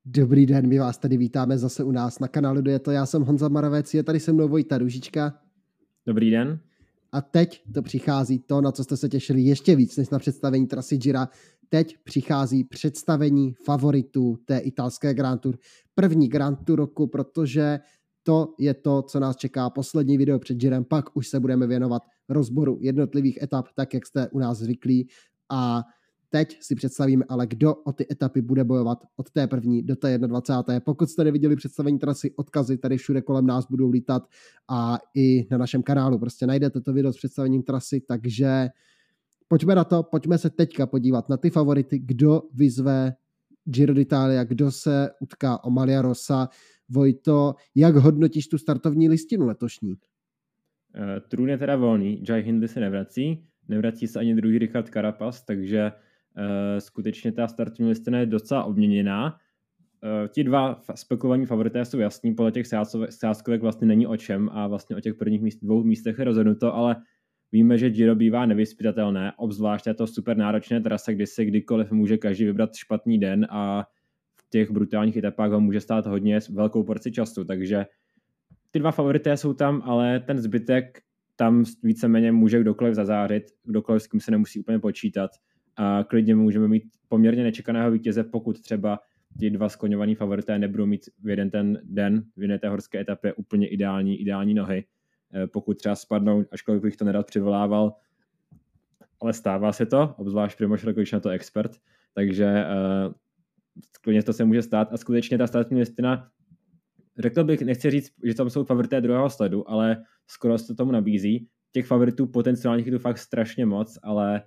Dobrý den, my vás tady vítáme zase u nás na kanálu Dueto. Já jsem Honza Moravec, je tady se mnou Vojta Růžička. Dobrý den. A teď to přichází to, na co jste se těšili ještě víc než na představení trasy Gira. Teď přichází představení favoritů té italské Grand Tour. První Grand Tour roku, protože to je to, co nás čeká poslední video před Girem. Pak už se budeme věnovat rozboru jednotlivých etap, tak jak jste u nás zvyklí. A teď si představíme ale, kdo o ty etapy bude bojovat od té první do té 21. Pokud jste neviděli představení trasy, odkazy tady všude kolem nás budou lítat a i na našem kanálu. Prostě najdete to video s představením trasy, takže pojďme na to, pojďme se teďka podívat na ty favority, kdo vyzve Giro d'Italia, kdo se utká o Maglia Rossa. Vojto, jak hodnotíš tu startovní listinu letošní? Trůn je teda volný, Jai Hindley se nevrací se ani druhý Richard Carapaz, takže skutečně ta startovní listina je docela obměněná. Ti dva spekulovaní favorité jsou jasní, podle těch sázkovek vlastně není o čem a vlastně o těch prvních dvou místech je rozhodnuto, ale víme, že Giro bývá nevyzpytatelné, obzvlášť je to super náročné trasa, kdy se kdykoliv může každý vybrat špatný den a v těch brutálních etapách ho může stát hodně velkou porci času, takže ty dva favorité jsou tam, ale ten zbytek tam víceméně může kdokoliv zazářit, kdokoliv s kým se nemusí úplně počítat a klidně můžeme mít poměrně nečekaného vítěze, pokud třeba ti dva skloňovaní favorité nebudou mít v jeden ten den, v jedné té horské etapě úplně ideální nohy. Pokud třeba spadnou, ačkoliv bych to nerad přivolával, ale stává se to, obzvlášť Primož Roglič na to expert, takže klidně to se může stát a skutečně ta startovní listina, řekl bych, nechci říct, že tam jsou favorité druhého sledu, ale skoro se to tomu nabízí. Těch favoritů potenciálních je tu fakt strašně moc, ale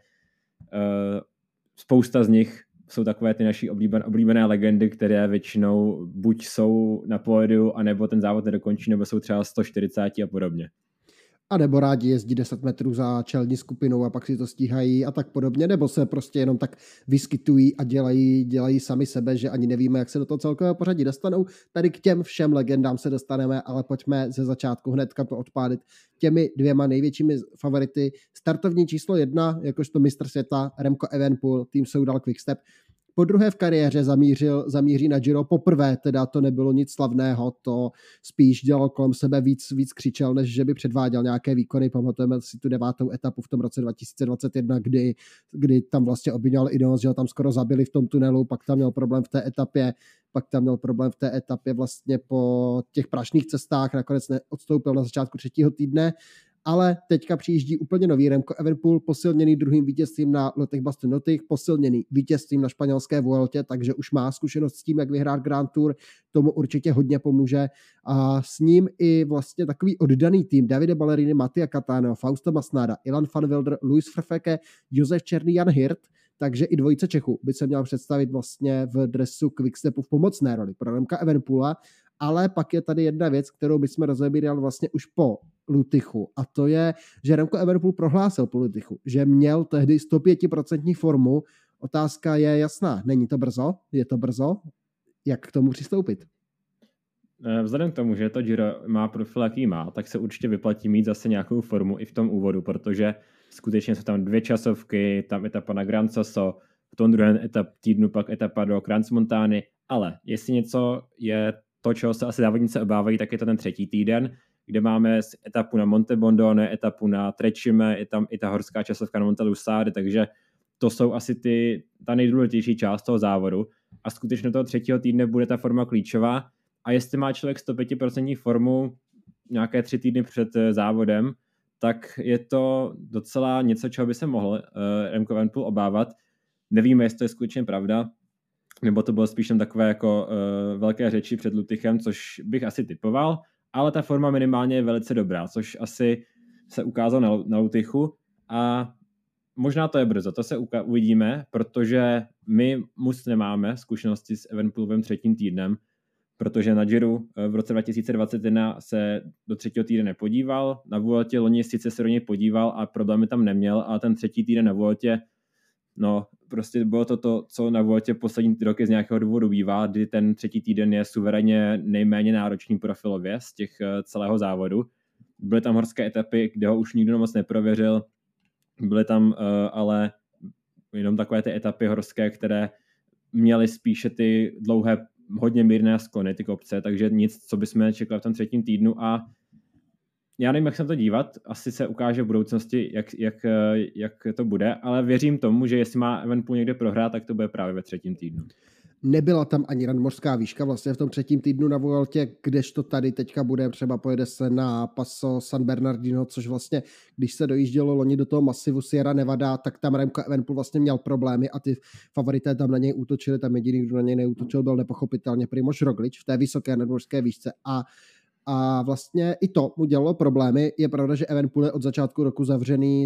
spousta z nich jsou takové ty naší oblíbené legendy, které většinou buď jsou na pódiu, anebo ten závod nedokončí, nebo jsou třeba 140 a podobně. A nebo rádi jezdí 10 metrů za čelní skupinou a pak si to stíhají a tak podobně, nebo se prostě jenom tak vyskytují a dělají sami sebe, že ani nevíme, jak se do toho celkového pořadí dostanou. Tady k těm všem legendám se dostaneme, ale pojďme ze začátku hnedka to odpálit těmi dvěma největšími favority. Startovní číslo 1, jakožto mistr světa, Remco Evenepoel, tým Soudal Quickstep. Po druhé v kariéře zamíří na Giro. Poprvé teda to nebylo nic slavného, to spíš dělal kolem sebe víc křičel, než že by předváděl nějaké výkony. Pamatujeme si tu 9. etapu v tom roce 2021, kdy tam vlastně obviňoval Ineos, že ho tam skoro zabili v tom tunelu, pak tam měl problém v té etapě vlastně po těch prašných cestách, nakonec neodstoupil na začátku 3. týdne. Ale teďka přijíždí úplně nový Remco Evenepoel, posilněný druhým vítězstvím na Lotech-Bastogne-Lotych, posilněný vítězstvím na španělské Vueltě, takže už má zkušenost s tím, jak vyhrát Grand Tour, tomu určitě hodně pomůže. A s ním i vlastně takový oddaný tým Davide Ballerini, Mattia Cattaneo, Fausto Masnada, Ilan van Wilder, Luis Verfeke, Josef Černý, Jan Hirt, takže i dvojice Čechů by se měla představit vlastně v dresu Quickstepu v pomocné roli pro Remca Evenepoela. Ale pak je tady jedna věc, kterou bychom rozebírali vlastně už po Lutychu, a to je, že Remco Evenepoel prohlásil po Lutychu, že měl tehdy 105% formu. Otázka je jasná, není to brzo? Je to brzo? Jak k tomu přistoupit? Vzhledem k tomu, že to Giro má profil, jaký má, tak se určitě vyplatí mít zase nějakou formu i v tom úvodu, protože skutečně jsou tam 2 časovky, tam etapa na Gran Sasso, v tom druhém týdnu pak etapa do Crans-Montány, ale jestli něco je to, čeho se asi závodníci obávají, tak je to ten 3. týden, kde máme etapu na Monte Bondone, etapu na Trecime, je tam i ta horská časovka na Monte Lusade, takže to jsou asi ta nejdůležitější část toho závodu. A skutečně toho 3. týdne bude ta forma klíčová. A jestli má člověk 105% formu nějaké 3 týdny před závodem, tak je to docela něco, čeho by se mohl Remco Evenepoel obávat. Nevíme, jestli to je skutečně pravda, nebo to bylo spíš tam takové jako velké řeči před Lutychem, což bych asi typoval, ale ta forma minimálně je velice dobrá, což asi se ukázalo na Lutychu a možná to je brzo, to se uvidíme, protože my nemáme zkušenosti s Evenepoelovým 3. týdnem, protože na Giru v roce 2021 se do 3. týdne nepodíval, na Vueltě loni sice se do něj podíval a problémy tam neměl, ale ten 3. týden na Vueltě, no prostě bylo to, co na Vueltě poslední roky z nějakého důvodu bývá, kdy ten 3. týden je suverénně nejméně náročný profilově z těch celého závodu. Byly tam horské etapy, kde ho už nikdo moc neprověřil, byly tam ale jenom takové ty etapy horské, které měly spíše ty dlouhé hodně mírné sklony ty kopce, takže nic, co bychom čekali v tom třetím týdnu a já nevím, jak se na to dívat, asi se ukáže v budoucnosti, jak to bude, ale věřím tomu, že jestli má Evenepoel někde prohrát, tak to bude právě ve třetím týdnu. Nebyla tam ani nadmořská výška vlastně v tom třetím týdnu na Vueltě, kdežto tady teďka bude, třeba pojede se na Paso San Bernardino, což vlastně, když se dojíždělo loni do toho masivu Sierra Nevada, tak tam Remco Evenepoel vlastně měl problémy a ty favorité tam na něj útočili, tam jediný, kdo na něj neútočil, byl nepochopitelně Primož Roglič v té vysoké nadmořské výšce a vlastně i to mu dělalo problémy. Je pravda, že Evenepoel je od začátku roku zavřený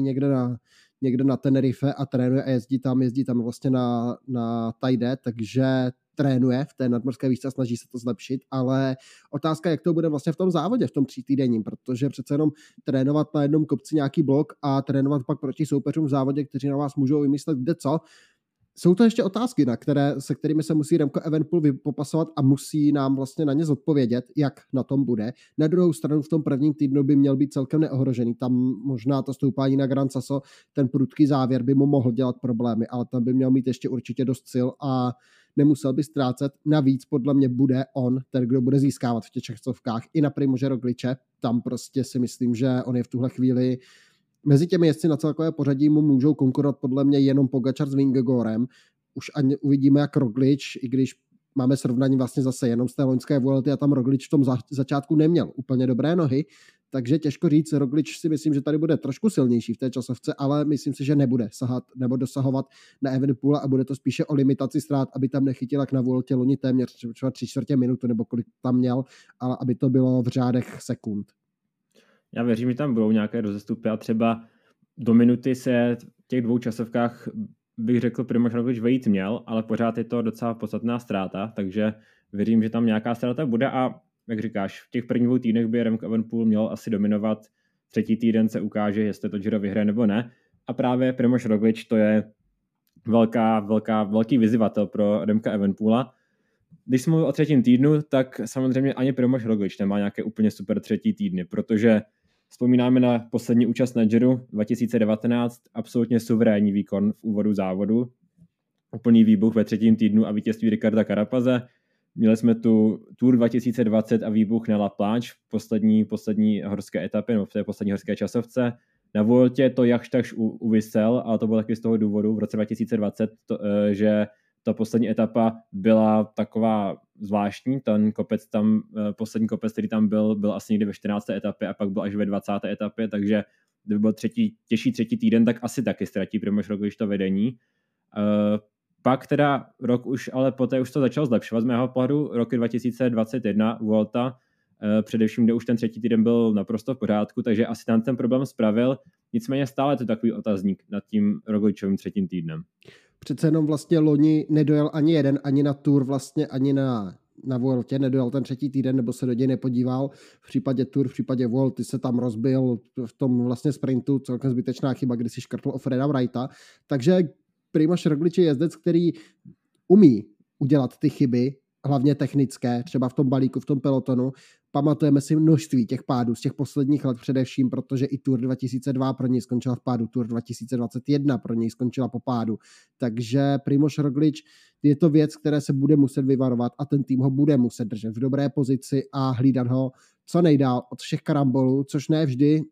někde na Tenerife a trénuje a jezdí tam vlastně na Tajde, takže trénuje v té nadmořské výšce, snaží se to zlepšit, ale otázka, jak to bude vlastně v tom závodě, v tom 3týdenním, protože přece jenom trénovat na jednom kopci nějaký blok a trénovat pak proti soupeřům v závodě, kteří na vás můžou vymyslet kde co. Jsou to ještě otázky, se kterými se musí Remco Evenepoel popasovat a musí nám vlastně na ně zodpovědět, jak na tom bude. Na druhou stranu v tom prvním týdnu by měl být celkem neohrožený. Tam možná to stoupání na Gran Sasso, ten prudký závěr by mu mohl dělat problémy, ale tam by měl mít ještě určitě dost sil a nemusel by ztrácet. Navíc podle mě bude on ten, kdo bude získávat v těch časovkách i na Primože Rogliče. Tam prostě si myslím, že on je v tuhle chvíli mezi těmi jezdci na celkové pořadí mu můžou konkurovat podle mě jenom Pogačar s Vingegorem. Už ani uvidíme, jak Roglič, i když máme srovnání vlastně zase jenom z té loňské Vuelty a tam Roglič v tom začátku neměl úplně dobré nohy, takže těžko říct, Roglič si myslím, že tady bude trošku silnější v té časovce, ale myslím si, že nebude sahat nebo dosahovat na Evenepoela a bude to spíše o limitaci ztrát, aby tam nechytil jak na Vueltě loni téměř třeba 3/4 minuty nebo kolik tam měl, ale aby to bylo v řádech sekund. Já věřím, že tam budou nějaké rozestupy a třeba do minuty se v těch dvou časovkách bych řekl Primož Roglič vejít měl, ale pořád je to docela podstatná ztráta, takže věřím, že tam nějaká ztráta bude a jak říkáš, v těch prvních 2 týdnech by Remco Evenepoel měl asi dominovat, třetí týden se ukáže, jestli to Giro vyhraje nebo ne a právě Primož Roglič to je velký vyzývatel pro Remca Evenepoela. Když jsme mluvili o třetím týdnu, tak samozřejmě ani Primož Roglič nemá nějaké úplně super třetí týdny, protože vzpomínáme na poslední účast na Giro 2019, absolutně suverénní výkon v úvodu závodu, úplný výbuch ve třetím týdnu a vítězství Ricarda Carapaze. Měli jsme tu Tour 2020 a výbuch na La Planche v poslední horské etapě, nebo v té poslední horské časovce. Na Vueltě to jakž takž uvysel, ale to bylo taky z toho důvodu v roce 2020, že ta poslední etapa byla taková zvláštní, ten kopec tam, poslední kopec, který tam byl asi někdy ve 14. etapě a pak byl až ve 20. etapě, takže kdyby byl těžší třetí týden, tak asi taky ztratí Primož Roglič to vedení. Pak teda rok už, ale poté už to začalo zlepšovat z mého pohledu, roky 2021 Vuelta, především, kde už ten třetí týden byl naprosto v pořádku, takže asi tam ten problém spravil, nicméně stále to takový otazník nad tím Rogličovým třetím týdnem. Přece jenom vlastně loni nedojel ani jeden, ani na Tour vlastně, ani na Vueltě, nedojel ten třetí týden, nebo se do něj nepodíval. V případě Tour, v případě Vuelty se tam rozbil v tom vlastně sprintu, celkem zbytečná chyba, kdy si škrtl o Freda Wrighta. Takže Primož Roglič je jezdec, který umí udělat ty chyby, hlavně technické, třeba v tom balíku, v tom pelotonu. Pamatujeme si množství těch pádů z těch posledních let především, protože i Tour 2002 pro něj skončila v pádu, Tour 2021 pro něj skončila po pádu. Takže Primož Roglič je to věc, které se bude muset vyvarovat a ten tým ho bude muset držet v dobré pozici a hlídat ho co nejdál od všech karambolů, což ne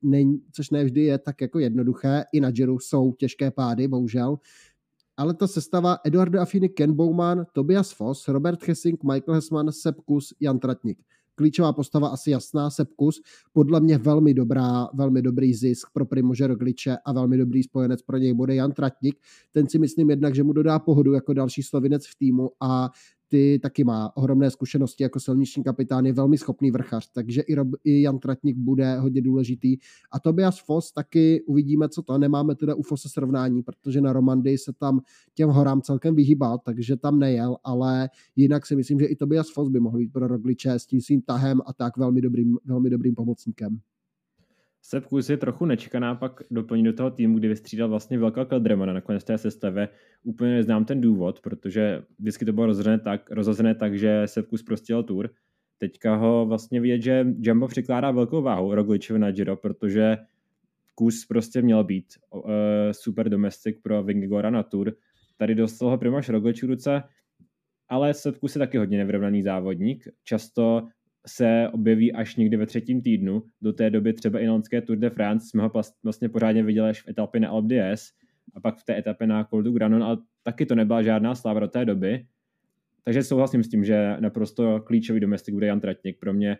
vždy je tak jako jednoduché. I na Giro jsou těžké pády, bohužel. Ale ta sestava Eduardo Affini, Ken Bouman, Tobias Foss, Robert Hessing, Michael Hessman, Sepp Kuss, Jan Tratnik. Klíčová postava asi jasná, Sepp Kuss, podle mě velmi dobrý zisk pro Primože Rogliče a velmi dobrý spojenec pro něj bude Jan Tratnik. Ten si myslím jednak, že mu dodá pohodu jako další Slovinec v týmu a ty taky má ohromné zkušenosti jako silniční kapitán, je velmi schopný vrchař, takže i Jan Tratnik bude hodně důležitý. A Tobias Foss taky uvidíme, co to. Nemáme teda u Fosse srovnání, protože na Romandii se tam těm horám celkem vyhýbal, takže tam nejel, ale jinak si myslím, že i Tobias Foss by mohl být pro Rogliče s tím svým tahem a tak velmi dobrým pomocníkem. Sepp Kuss je trochu nečekaná, pak doplní do toho týmu, kdy vystřídal vlastně Velka Keldermana nakonec té sestavě. Úplně neznám ten důvod, protože vždycky to bylo rozhozené tak, že Sepp Kuss prostě jel Tour. Teďka ho vlastně vidět, že Jumbo přikládá velkou váhu Rogličovi na Giro, protože Kuss prostě měl být super domestik pro Vingegora na Tour. Tady dostal ho Primož Roglič v ruce. ale Sepkus je taky hodně nevyrovnaný závodník. Často se objeví až někdy ve 3. týdnu. Do té doby třeba i na loňské Tour de France jsme ho vlastně pořádně viděli až v etapě na Alpe d'Huez a pak v té etapě na Col du Granon, ale taky to nebyla žádná sláva do té doby. Takže souhlasím s tím, že naprosto klíčový domestik bude Jan Tratník. Pro mě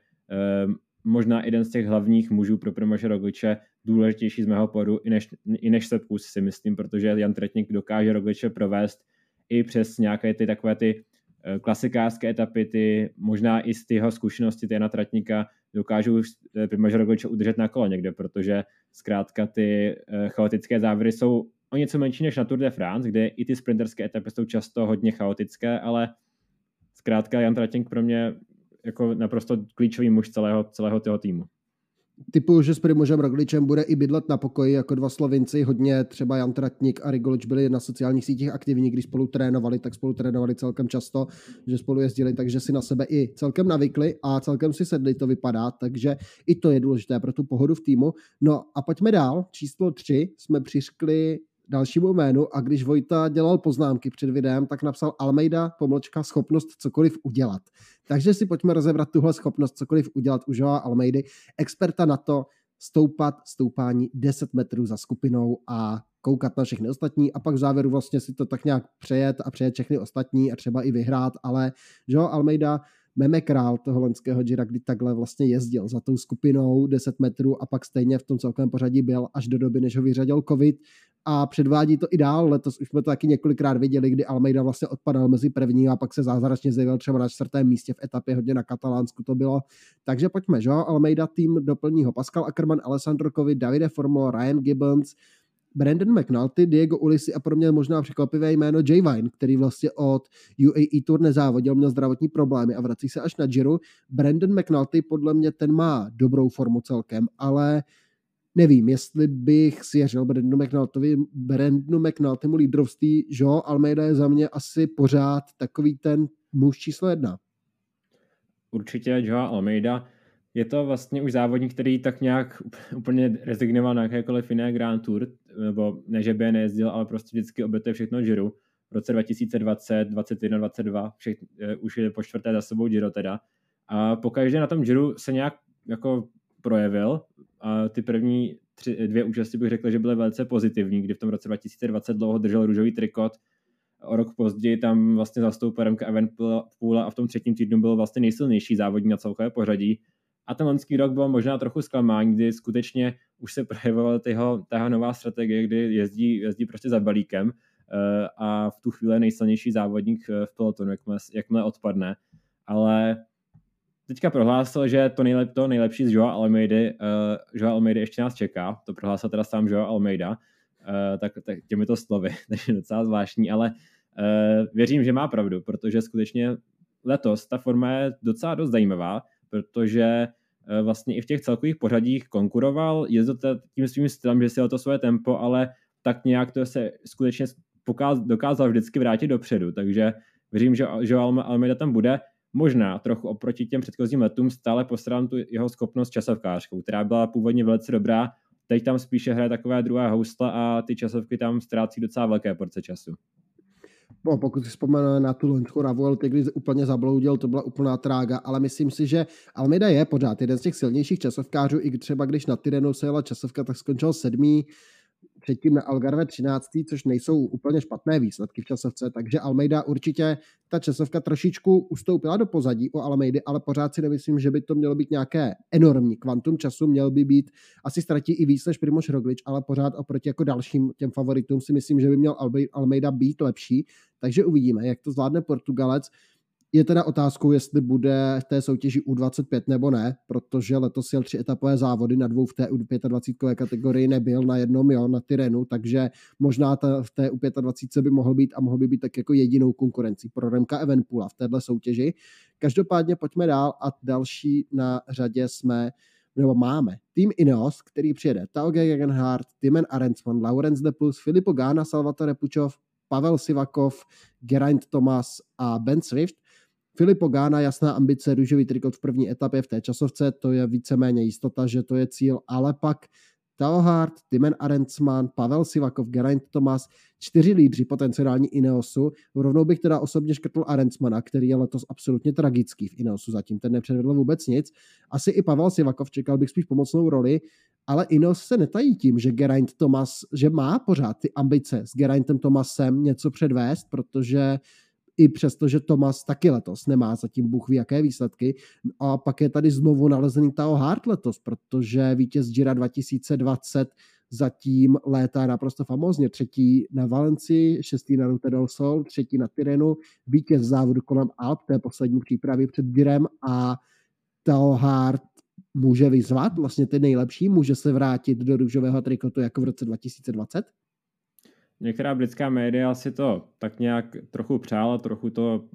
možná jeden z těch hlavních mužů pro Primože Rogliče, důležitější z mého pohledu i než Sepkus, si myslím, protože Jan Tratník dokáže Rogliče provést i přes nějaké ty takové ty klasikářské etapy, možná i z jeho zkušenosti Jana Tratníka dokážou Primože Rogliče udržet na kolo někde, protože zkrátka ty chaotické závěry jsou o něco menší než na Tour de France, kde i ty sprinterské etapy jsou často hodně chaotické, ale zkrátka Jan Tratník pro mě jako naprosto klíčový muž celého toho týmu. Typu, že s Primožem Rogličem bude i bydlet na pokoji jako dva Slovinci, hodně třeba Jan Tratník a Rigolič byli na sociálních sítích aktivní, když spolu trénovali, tak spolu trénovali celkem často, že spolu jezdili, takže si na sebe i celkem navykli a celkem si sedli, to vypadá, takže i to je důležité pro tu pohodu v týmu. No a pojďme dál, číslo 3 jsme přišli dalšímu jménu a když Vojta dělal poznámky před videem, tak napsal Almeida, schopnost cokoliv udělat. Takže si pojďme rozebrat tuhle schopnost cokoliv udělat u Joa Almeidy, experta na to stoupání 10 metrů za skupinou a koukat na všechny ostatní a pak v závěru vlastně si to tak nějak přejet všechny ostatní a třeba i vyhrát, ale Joa Almeida, meme král toho loňského Gira, kdy takhle vlastně jezdil za tou skupinou 10 metrů a pak stejně v tom celkovém pořadí byl až do doby, než ho vyřadil covid a předvádí to i dál. Letos už jsme to taky několikrát viděli, kdy Almeida vlastně odpadal mezi první a pak se zázračně zjevil třeba na 4. místě v etapě, hodně na Katalánsku to bylo. Takže pojďme, Joao Almeida, tým doplní ho Pascal Ackermann, Alessandro Covi, Davide Formo, Ryan Gibbons, Brandon McNulty, Diego Ulissi a pro mě možná překvapivé jméno Jay Vine, který vlastně od UAE Tour nezávodil, měl zdravotní problémy a vrací se až na Giro. Brandon McNulty podle mě ten má dobrou formu celkem, ale nevím, jestli bych svěřil Brandonu McNultymu lídrovství. Joao Almeida je za mě asi pořád takový ten muž číslo 1. Určitě Joao Almeida. Je to vlastně už závodník, který tak nějak úplně rezignoval na jakékoliv jiné Grand Tour, nebo ne, že by je nejezdil, ale prostě vždycky obětuje všechno Giro. V roce 2020, 2021, 2022 už je po 4. za sebou Giro teda. A pokaždé na tom Giro se nějak jako projevil a ty první 2 účasti bych řekl, že byly velice pozitivní, kdy v tom roce 2020 dlouho držel růžový trikot. O rok později tam vlastně zastoupil Remka Evenepoela a v tom 3. týdnu byl vlastně nejsilnější závodník na celkové pořadí. A ten loňský rok byl možná trochu zklamání, kdy skutečně už se projevovala ta nová strategie, kdy jezdí prostě za balíkem a v tu chvíli je nejsilnější závodník v pelotonu, jakmile odpadne. Ale teďka prohlásil, že to nejlepší z Joa Almeidy ještě nás čeká. To prohlásil teda sám Joao Almeida, tak těmito slovy, takže je docela zvláštní, ale věřím, že má pravdu, protože skutečně letos ta forma je docela dost zajímavá, protože vlastně i v těch celkových pořadích konkuroval, jezdil tím svým stylem, že si jel to svoje tempo, ale tak nějak to se skutečně dokázal vždycky vrátit dopředu, takže věřím, že Joao Almeida tam bude. Možná trochu oproti těm předchozím letům stále postrádám tu jeho schopnost časovkářskou, která byla původně velice dobrá, teď tam spíše hraje takové druhé housle a ty časovky tam ztrácí docela velké porce času. No, pokud si vzpomenu na tu loňskou Ravueltu, kdy úplně zabloudil, to byla úplná trága, ale myslím si, že Almeida je pořád jeden z těch silnějších časovkářů, i třeba když na Tirrenu se jela časovka, tak skončil 7. předtím na Algarve 13., což nejsou úplně špatné výsledky v časovce, takže Almeida určitě ta časovka trošičku ustoupila do pozadí o Almeidy, ale pořád si nemyslím, že by to mělo být nějaké enormní kvantum času, měl by být, asi ztratí i víc než Primož Roglič, ale pořád oproti jako dalším těm favoritům si myslím, že by měl Almeida být lepší, takže uvidíme, jak to zvládne Portugalec. Je teda otázkou, jestli bude v té soutěži U25 nebo ne, protože letos jel 3 etapové závody, na 2 v té U25 kategorii nebyl, na jednom jo, na Tirrenu, takže možná v té U25 by mohl být tak jako jedinou konkurencí pro Remka Evenepoela v téhle soutěži. Každopádně pojďme dál a další na řadě máme tým Ineos, který přijede Tauge Gegenhardt, Timen Arensman, Laurens de Plus, Filippo Ganna, Salvatore Pučov, Pavel Sivakov, Geraint Thomas a Ben Swift. Filippo Ganna, jasná ambice, růžový trikot v první etapě v té časovce, to je víceméně jistota, že to je cíl, ale pak Tao Hart, Timen Arendsman, Pavel Sivakov, Geraint Thomas, 4 lídři potenciální Ineosu. Rovnou bych teda osobně škrtl Arendsmana, který je letos absolutně tragický v Ineosu zatím, ten nepředvedl vůbec nic. Asi i Pavel Sivakov, čekal bych spíš pomocnou roli, ale Ineos se netají tím, že Geraint Thomas, že má pořád ty ambice s Geraintem Thomasem něco předvést, protože i přesto, že Thomas taky letos nemá zatím bůh ví jaké výsledky. A pak je tady znovu nalezený Tao Hart letos, protože vítěz Gira 2020 zatím létá naprosto famózně. 3. na Valencii, 6. na Route del Sol, 3. na Tyrrhenu, vítěz závodu kolem Alp, té poslední přípravy před Girem, a Tao Hart může vyzvat vlastně ty nejlepší, může se vrátit do růžového trikotu jako v roce 2020? Některá britská média si to tak nějak trochu přála, trochu to,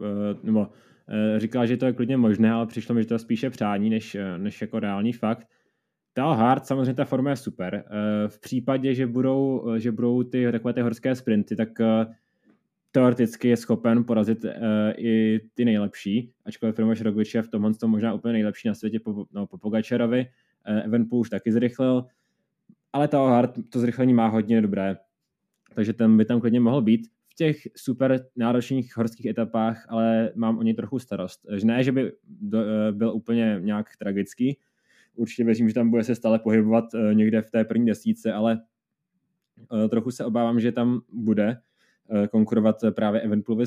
říkala, že to je klidně možné, ale přišlo mi, že to je spíše přání, než jako reálný fakt. Tao Hart, samozřejmě ta forma je super. V případě, že budou takové ty horské sprinty, tak teoreticky je schopen porazit i ty nejlepší, ačkoliv Primož Roglič je v tomhle možná úplně nejlepší na světě po Pogačarovi. Evenepoel už taky zrychlil, ale Tao Hart to zrychlení má hodně dobré, takže ten by tam klidně mohl být v těch super náročných horských etapách, ale mám o něj trochu starost. Ne, že by byl úplně nějak tragický, určitě věřím, že tam bude se stále pohybovat někde v té první desítce, ale trochu se obávám, že tam bude konkurovat právě Evenepoelovi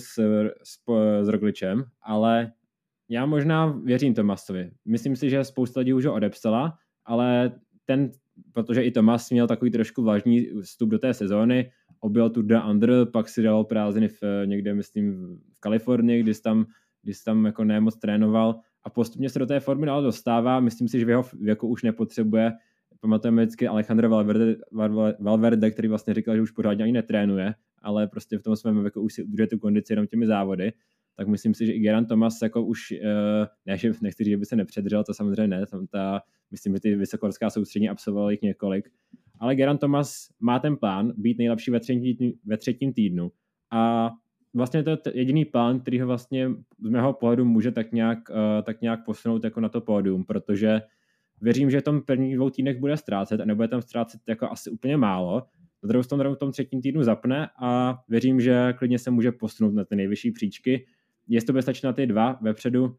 s Rogličem, ale já možná věřím Thomasovi. Myslím si, že spousta lidí už ho odepsala, ale protože i Thomas měl takový trošku vážný vstup do té sezóny, objel Tour de Andr, pak si dal prázdniny někde, myslím, v Kalifornii, když tam jako nemoc trénoval a postupně se do té formy dál dostává. Myslím si, že v jeho věku už nepotřebuje. Pamatujeme vždycky Alejandro Valverde, který vlastně říkal, že už pořádně ani netrénuje, ale prostě v tom svém věku už si udržuje tu kondici jenom těmi závody. Tak myslím si, že i Geraint Thomas jako už, nechci říct, že by se nepředřel, to samozřejmě ne, myslím, že ty vysokohorská soustředění absolvoval jich několik, ale Geraint Thomas má ten plán být nejlepší ve třetím týdnu a vlastně to je jediný plán, který ho vlastně z mého pohledu může tak nějak posunout jako na to pódium, protože věřím, že v tom prvních 2 týdnech bude ztrácet a nebude tam ztrácet jako asi úplně málo. Na druhou stranu v tom 3. týdnu zapne a věřím, že klidně se může posunout na ty nejvyšší příčky. Jestli to bude stačit na ty 2 vepředu,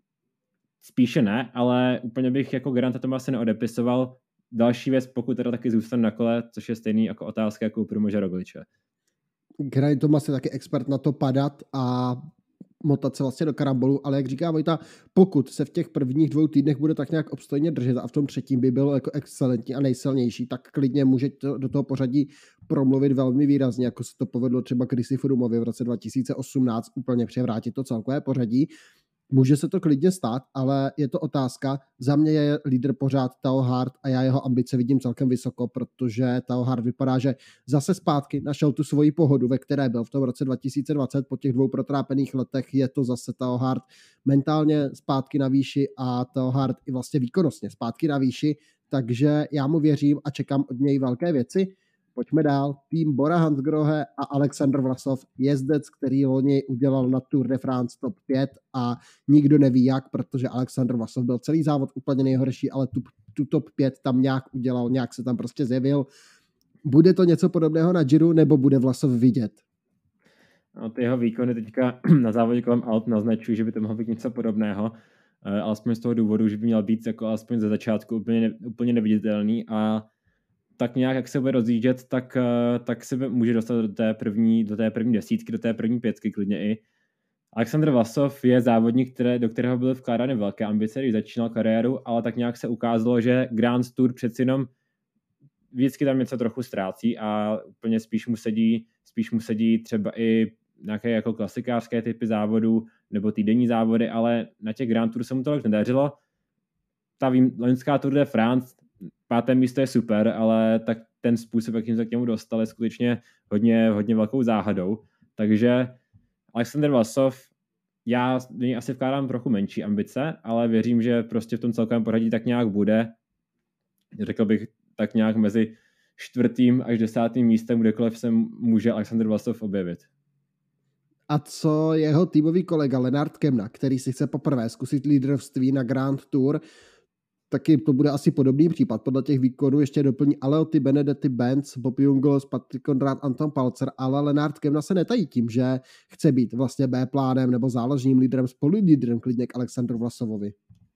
spíše ne, ale úplně bych jako Gerainta Thomase neodepisoval. Další věc, pokud teda taky zůstane na kole, což je stejný jako otázka jako u Primože Rogliče. Geraint Thomas je taky expert na to padat a motat se vlastně do karambolu, ale jak říká Vojta, pokud se v těch prvních 2 týdnech bude tak nějak obstojně držet a v tom 3. by byl jako excelentní a nejsilnější, tak klidně může do toho pořadí promluvit velmi výrazně, jako se to povedlo třeba Chrisi Froomeovi v roce 2018 úplně převrátit to celkové pořadí. Může se to klidně stát, ale je to otázka. Za mě je lídr pořád Tao Hart a já jeho ambice vidím celkem vysoko, protože Tao Hart vypadá, že zase zpátky našel tu svoji pohodu, ve které byl v tom roce 2020. Po těch 2 protrápených letech je to zase Tao Hart mentálně zpátky na výši a Tao Hart i vlastně výkonnostně zpátky na výši, takže já mu věřím a čekám od něj velké věci. Pojďme dál. Tým Bora Hansgrohe a Alexander Vlasov, jezdec, který loni udělal na Tour de France top 5 a nikdo neví jak, protože Alexander Vlasov byl celý závod úplně nejhorší, ale tu top 5 tam nějak udělal, nějak se tam prostě zjevil. Bude to něco podobného na Giro, nebo bude Vlasov vidět? No, ty jeho výkony teďka na závodě kolem Alp naznačují, že by to mohlo být něco podobného, alespoň z toho důvodu, že by měl být jako alespoň ze začátku úplně neviditelný a tak nějak, jak se bude rozjíždět, tak se může dostat do té první desítky, do té první 5 klidně i. Alexander Vlasov je závodník, do kterého byly vkládány velké ambice, když začínal kariéru, ale tak nějak se ukázalo, že Grand Tour přeci jenom vždycky tam něco trochu ztrácí a úplně spíš mu sedí třeba i nějaké jako klasikářské typy závodů nebo týdenní závody, ale na těch Grand Tour se mu tolik nedařilo. Ta loňská Tour de France, 5. místo je super, ale tak ten způsob, jakým se k němu dostal, je skutečně hodně velkou záhadou. Takže Alexander Vlasov, já asi vkládám trochu menší ambice, ale věřím, že prostě v tom celkovém pořadí tak nějak bude. Řekl bych tak nějak mezi 4. až 10. místem, kdekoliv se může Alexander Vlasov objevit. A co jeho týmový kolega Lennart Kemna, který si chce poprvé zkusit lídrovství na Grand Tour, taky to bude asi podobný případ. Podle těch výkonů ještě doplní Aleoty, Benedetti, Benz, Bob Jungels, Patrik Konrad, Anton Palcer, ale Lennart Kemna se netají tím, že chce být vlastně B plánem nebo záložním lídrem, spolulídrem klidně k Alexandru Vlasovovi.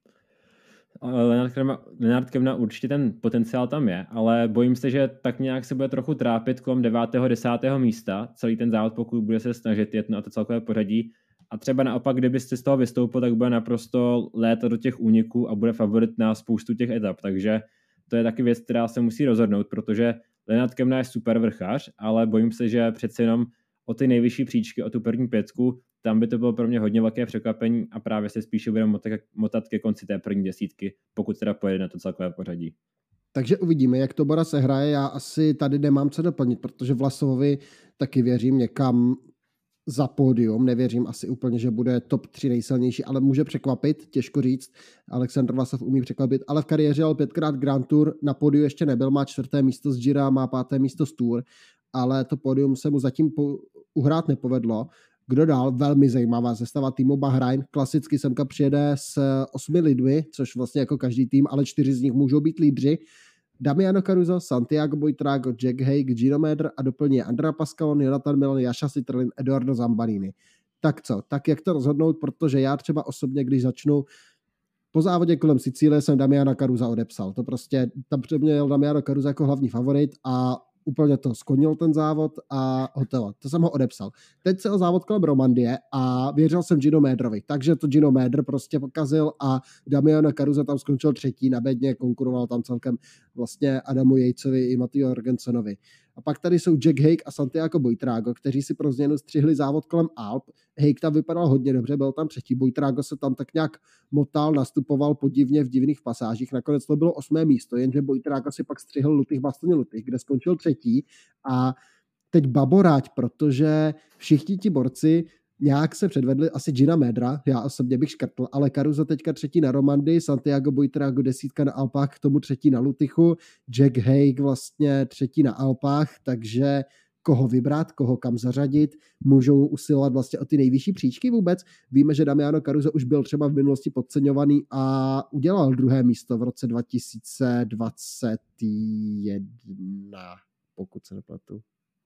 Lennart Kemna určitě ten potenciál tam je, ale bojím se, že tak nějak se bude trochu trápit kolem 9. 10. místa celý ten závod, pokud bude se snažit jet na to celkové pořadí. A třeba naopak, kdybyste z toho vystoupil, tak bude naprosto létat do těch úniků a bude favorit na spoustu těch etap. Takže to je taky věc, která se musí rozhodnout, protože Lennart Kemna je super vrchař, ale bojím se, že přeci jenom o ty nejvyšší příčky, o tu první pětku, tam by to bylo pro mě hodně velké překvapení a právě se spíše bude motat ke konci té první desítky, pokud teda pojede na to celkové pořadí. Takže uvidíme, jak to Bora se hraje. Já asi tady nemám co doplnit, protože Vlasovovi taky věřím někam za pódium. Nevěřím asi úplně, že bude top 3 nejsilnější, ale může překvapit, těžko říct. Aleksandr Vlasov umí překvapit, ale v kariéře jel 5krát Grand Tour, na pódiu ještě nebyl, má 4. místo z Gira, má 5. místo z Tour, ale to pódium se mu zatím uhrát nepovedlo. Kdo dál? Velmi zajímavá sestava týmu Bahrain. Klasicky semka přijede s 8 lidmi, což vlastně jako každý tým, ale 4 z nich můžou být lídři. Damiano Caruso, Santiago Buitrago, Jack Haig, Gino Mäder a doplní Andrea Pascalon, Jonathan Milan, Jasha Citrlin, Eduardo Zambanini. Tak co? Tak jak to rozhodnout? Protože já třeba osobně, když začnu po závodě kolem Sicílie, jsem Damiana Carusa odepsal. To prostě, tam mě jel Damiano Caruso jako hlavní favorit a úplně to skonil ten závod a hotovo. To jsem ho odepsal. Teď se o závod kolem Romandie a věřil jsem Gino Mäderovi, takže to Gino Mäder prostě pokazil a Damiano Caruso tam skončil 3. na bedně, konkuroval tam celkem vlastně Adamu Jejcovi i Matteo Jorgensonovi. A pak tady jsou Jack Haig a Santiago Buitrago, kteří si pro změnu střihli závod kolem Alp. Haig tam vypadal hodně dobře, byl tam 3. Buitrago se tam tak nějak motal, nastupoval podivně v divných pasážích. Nakonec to bylo 8. místo, jenže Buitrago si pak střihl Lutych Bastogne Lutych, kde skončil 3. A teď baboráť, protože všichni ti borci nějak se předvedli, asi Gina Mädera, já osobně bych škrtl, ale Caruso teďka 3. na Romandii, Santiago Buitrago 10. na Alpách, k tomu 3. na Lutychu, Jack Haig vlastně 3. na Alpách, takže koho vybrat, koho kam zařadit, můžou usilovat vlastně o ty nejvyšší příčky vůbec. Víme, že Damiano Caruso už byl třeba v minulosti podceňovaný a udělal 2. místo v roce 2021, pokud se nepletu.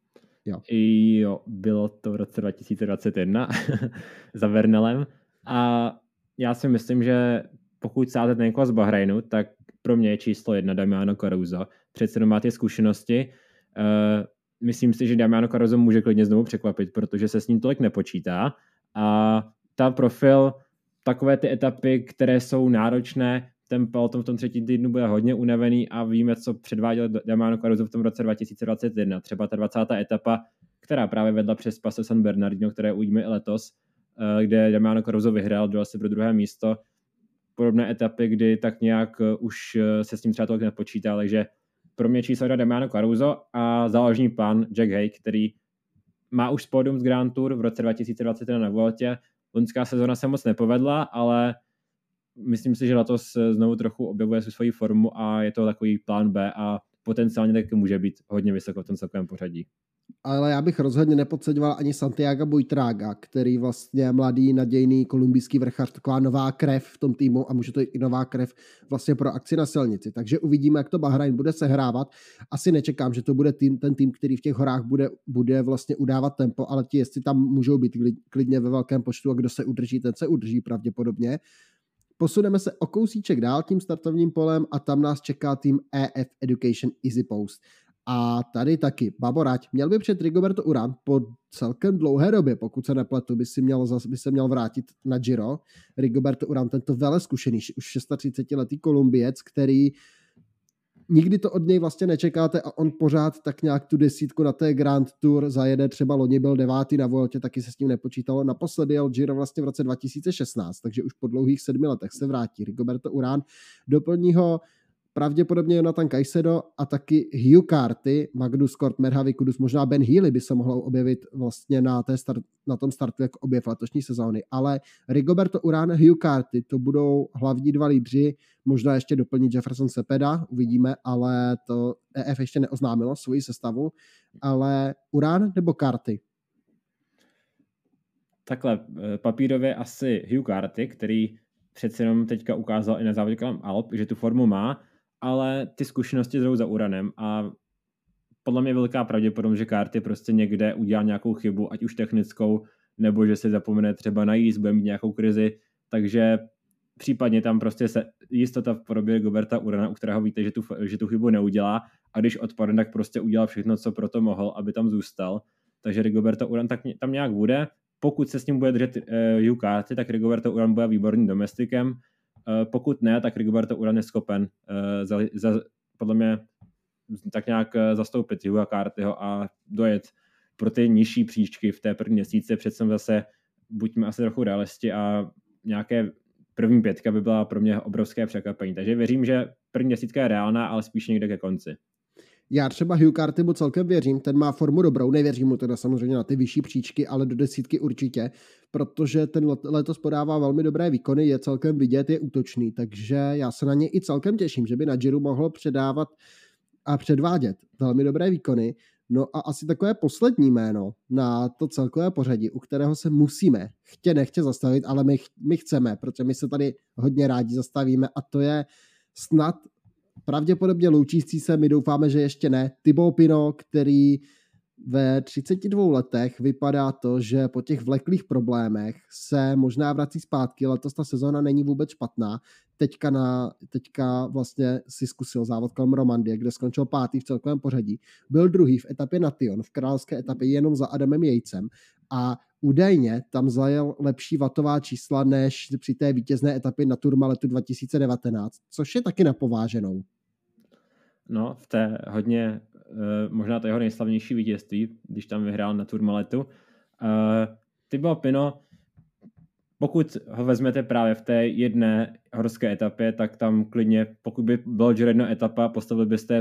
Jo, bylo to v roce 2021 za Vernelem a já si myslím, že pokud sázet někoho z Bahrajnu, tak pro mě je číslo 1 Damiano Caruso. Přece má ty zkušenosti. Myslím si, že Damiano Caruso může klidně znovu překvapit, protože se s ním tolik nepočítá a ta profil, takové ty etapy, které jsou náročné, ten peloton v tom 3. týdnu bude hodně unavený a víme, co předváděl Damiano Caruso v tom roce 2021. Třeba ta 20. etapa, která právě vedla přes Paso San Bernardino, které uvidíme i letos, kde Damiano Caruso vyhrál, dal se pro 2. místo. Podobné etapy, kdy tak nějak už se s ním třeba tolik nepočítá, takže pro mě číslo 1 Damiano Caruso a záložní plán Jack Haig, který má už pódium z Grand Tour v roce 2021 na Vueltě. Loňská sezona se moc nepovedla, ale myslím si, že letos znovu trochu objevuje svoji formu a je to takový plán B a potenciálně taky může být hodně vysoko v tom celkovém pořadí. Ale já bych rozhodně nepodceňoval ani Santiago Buitraga, který vlastně mladý, nadějný kolumbijský vrchař, taková nová krev v tom týmu a může to i nová krev vlastně pro akci na silnici. Takže uvidíme, jak to Bahrain bude sehrávat. Asi nečekám, že to bude ten tým, který v těch horách bude vlastně udávat tempo, ale ti jezdci tam můžou být klidně ve velkém počtu a kdo se udrží, ten se udrží pravděpodobně. Posuneme se o kousíček dál tím startovním polem a tam nás čeká tým EF Education Easy Post. A tady taky baboráť. Měl by před Rigoberto Urán po celkem dlouhé době, pokud se nepletu, by se měl vrátit na Giro. Rigoberto Urán, tento veleskušený, už 36letý Kolumbiec, který nikdy to od něj vlastně nečekáte a on pořád tak nějak tu 10 na té Grand Tour zajede, třeba loni byl 9. na Vueltě, taky se s tím nepočítalo. Naposledy jel Giro vlastně v roce 2016, takže už po dlouhých 7 letech se vrátí Rigoberto Urán. Doplní ho pravděpodobně Jonathan Caicedo a taky Hugh Carty, Magnus Cort, Merhavi Kudus, možná Ben Healy by se mohlo objevit vlastně na tom startu jako objev letošní sezóny, ale Rigoberto Urán, Hugh Carty, to budou hlavní 2 lídři, možná ještě doplní Jefferson Cepeda, uvidíme, ale to EF ještě neoznámilo svoji sestavu, ale Urán nebo Carty? Takhle, papírově asi Hugh Carty, který přece jenom teďka ukázal i na závodě kolem Alp, že tu formu má, ale ty zkušenosti jdou za Uranem a podle mě je velká pravděpodobnost, že Carty prostě někde udělá nějakou chybu, ať už technickou, nebo že si zapomene třeba na jízd, bude mít nějakou krizi, takže případně tam prostě se jistota v podobě Rigoberta Urana, u kterého víte, že tu chybu neudělá, a když odpadne, tak prostě udělal všechno, co proto mohl, aby tam zůstal. Takže Rigoberto Uran tam nějak bude. Pokud se s ním bude držet Hugh Carty, tak Rigoberto Uran bude výborným domestikem. Pokud ne, tak Rigoberto Uran je schopen podle mě tak nějak zastoupit Hugha Cartyho a dojet pro ty nižší příčky v té první měsíce. Přece zase buďme asi trochu realisti a nějaké první 5 by byla pro mě obrovské překvapení. Takže věřím, že první měsícka je reálná, ale spíš někde ke konci. Já třeba Hugh Cartymu celkem věřím, ten má formu dobrou, nevěřím mu teda samozřejmě na ty vyšší příčky, ale do 10 určitě, protože ten letos podává velmi dobré výkony, je celkem vidět, je útočný, takže já se na něj i celkem těším, že by na Giro mohl předávat a předvádět velmi dobré výkony. No a asi takové poslední jméno na to celkové pořadí, u kterého se musíme nechtě zastavit, ale my chceme, protože my se tady hodně rádi zastavíme, a to je snad pravděpodobně loučící se, my doufáme, že ještě ne, Thibaut Pinot, který ve 32 letech vypadá to, že po těch vleklých problémech se možná vrací zpátky, letos ta sezóna není vůbec špatná, teďka vlastně si zkusil závod kolem Romandie, kde skončil 5. v celkovém pořadí, byl 2. v etapě Nation, v královské etapě jenom za Adamem Yatesem a údajně tam zajel lepší vatová čísla než při té vítězné etapě na Tourmaletu 2019, což je taky na pováženou. No, v té hodně, možná to jeho nejslavnější vítězství, když tam vyhrál na Tourmaletu. Thibaut Pinot, pokud ho vezmete právě v té jedné horské etapě, tak tam klidně, pokud by bylo Giro jedna etapa, postavili byste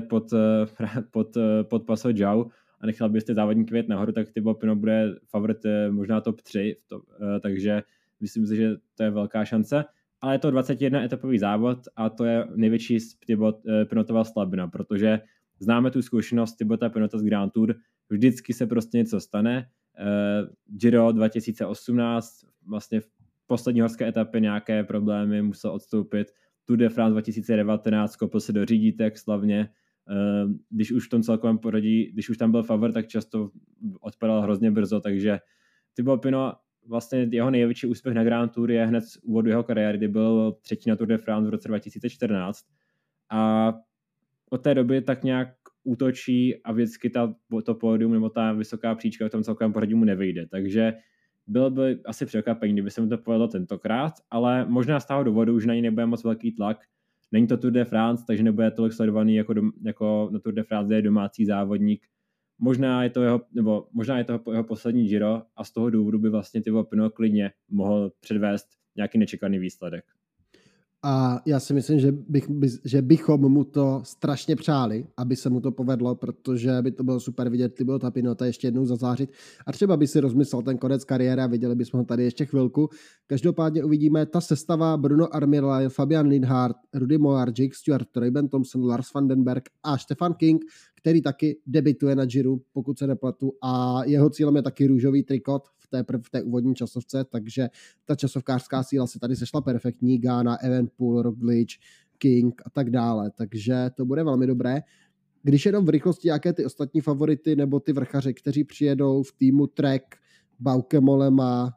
pod Paso Jau a nechal byste závodníky jet nahoru, tak Thibaut Pinot bude favorit možná top 3, takže myslím si, že to je velká šance. Ale je to 21 etapový závod a to je největší Pinotova slabina, protože známe tu zkušenost Thibauta Pinota z Grand Tour, vždycky se prostě něco stane. Giro 2018, vlastně v poslední horské etapě nějaké problémy, musel odstoupit. Tour de France 2019, kopl se do řídítek slavně. Když už v tom celkovém poradí, když už tam byl favorit, tak často odpadal hrozně brzo, takže Thibaut Pinot, vlastně jeho největší úspěch na Grand Tour je hned z úvodu jeho kariéry, kdy byl 3. na Tour de France v roce 2014 a od té doby tak nějak útočí a vždycky to pódium nebo ta vysoká příčka v tom celkovém pořadí mu nevyjde, takže byl by asi překvapení, kdyby se mu to povedlo tentokrát, ale možná z toho důvodu už na něj nebude moc velký tlak. Není to Tour de France, takže nebude tolik sledovaný jako na Tour de France, kde je domácí závodník. Možná je to jeho poslední Giro a z toho důvodu by vlastně Thibaut Pinot klidně mohl předvést nějaký nečekaný výsledek. A já si myslím, že bychom mu to strašně přáli, aby se mu to povedlo, protože by to bylo super vidět Thibauta Pinota ještě jednou zazářit a třeba by si rozmyslel ten konec kariéry a viděli bychom ho tady ještě chvilku. Každopádně uvidíme ta sestava: Bruno Armstrong, Fabian Linhart, Rudy Mollard, Jake Stewart, Rayben Thompson, Lars van den Berg a Stefan King, který taky debituje na Giro, pokud se nepletu, a jeho cílem je taky růžový trikot v té úvodní časovce, takže ta časovkářská síla se tady sešla perfektní, Ghana, Evenepoel, Roglič, King a tak dále, takže to bude velmi dobré. Když jenom v rychlosti jaké ty ostatní favority nebo ty vrchaři, kteří přijedou v týmu Trek, Bauke Mollema,